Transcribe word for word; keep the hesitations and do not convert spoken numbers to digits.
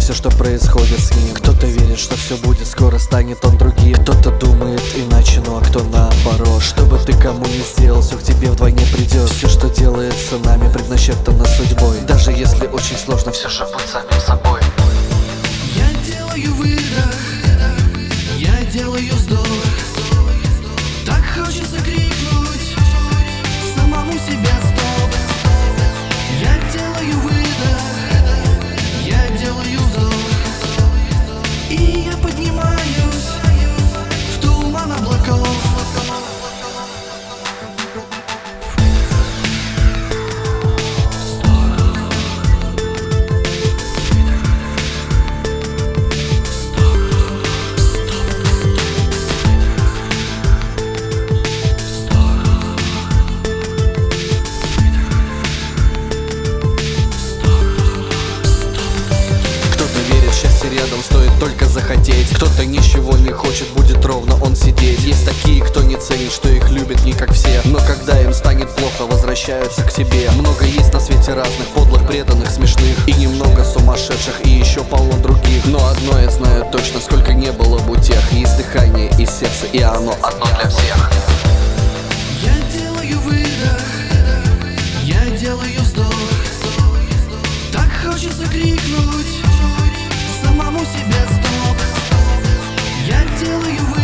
все, что происходит с ним. Кто-то верит, что все будет, скоро станет он другим. Кто-то думает иначе, ну а кто наоборот. Что бы ты кому не сделал, все к тебе вдвойне придет. Все, что делается нами, предначертано судьбой. Даже если очень сложно, все же будь самим собой. Я делаю выдох, я делаю вздох. Так хочется крикнуть самому себе стоп. Я делаю выдох, я делаю вздох. И я поднимаюсь в туман облаков. Счастье рядом, стоит только захотеть. Кто-то ничего не хочет, будет ровно он сидеть. Есть такие, кто не ценит, что их любят не как все. Но когда им станет плохо, возвращаются к себе. Много есть на свете разных, подлых, преданных, смешных. И немного сумасшедших, и еще полно других. Но одно я знаю точно, сколько не было бы у тех. Есть дыхание и сердце, и оно одно для всех. Я делаю выдох, я делаю вздох. Так хочется крикнуть самому себе стоп. Я делаю выдох.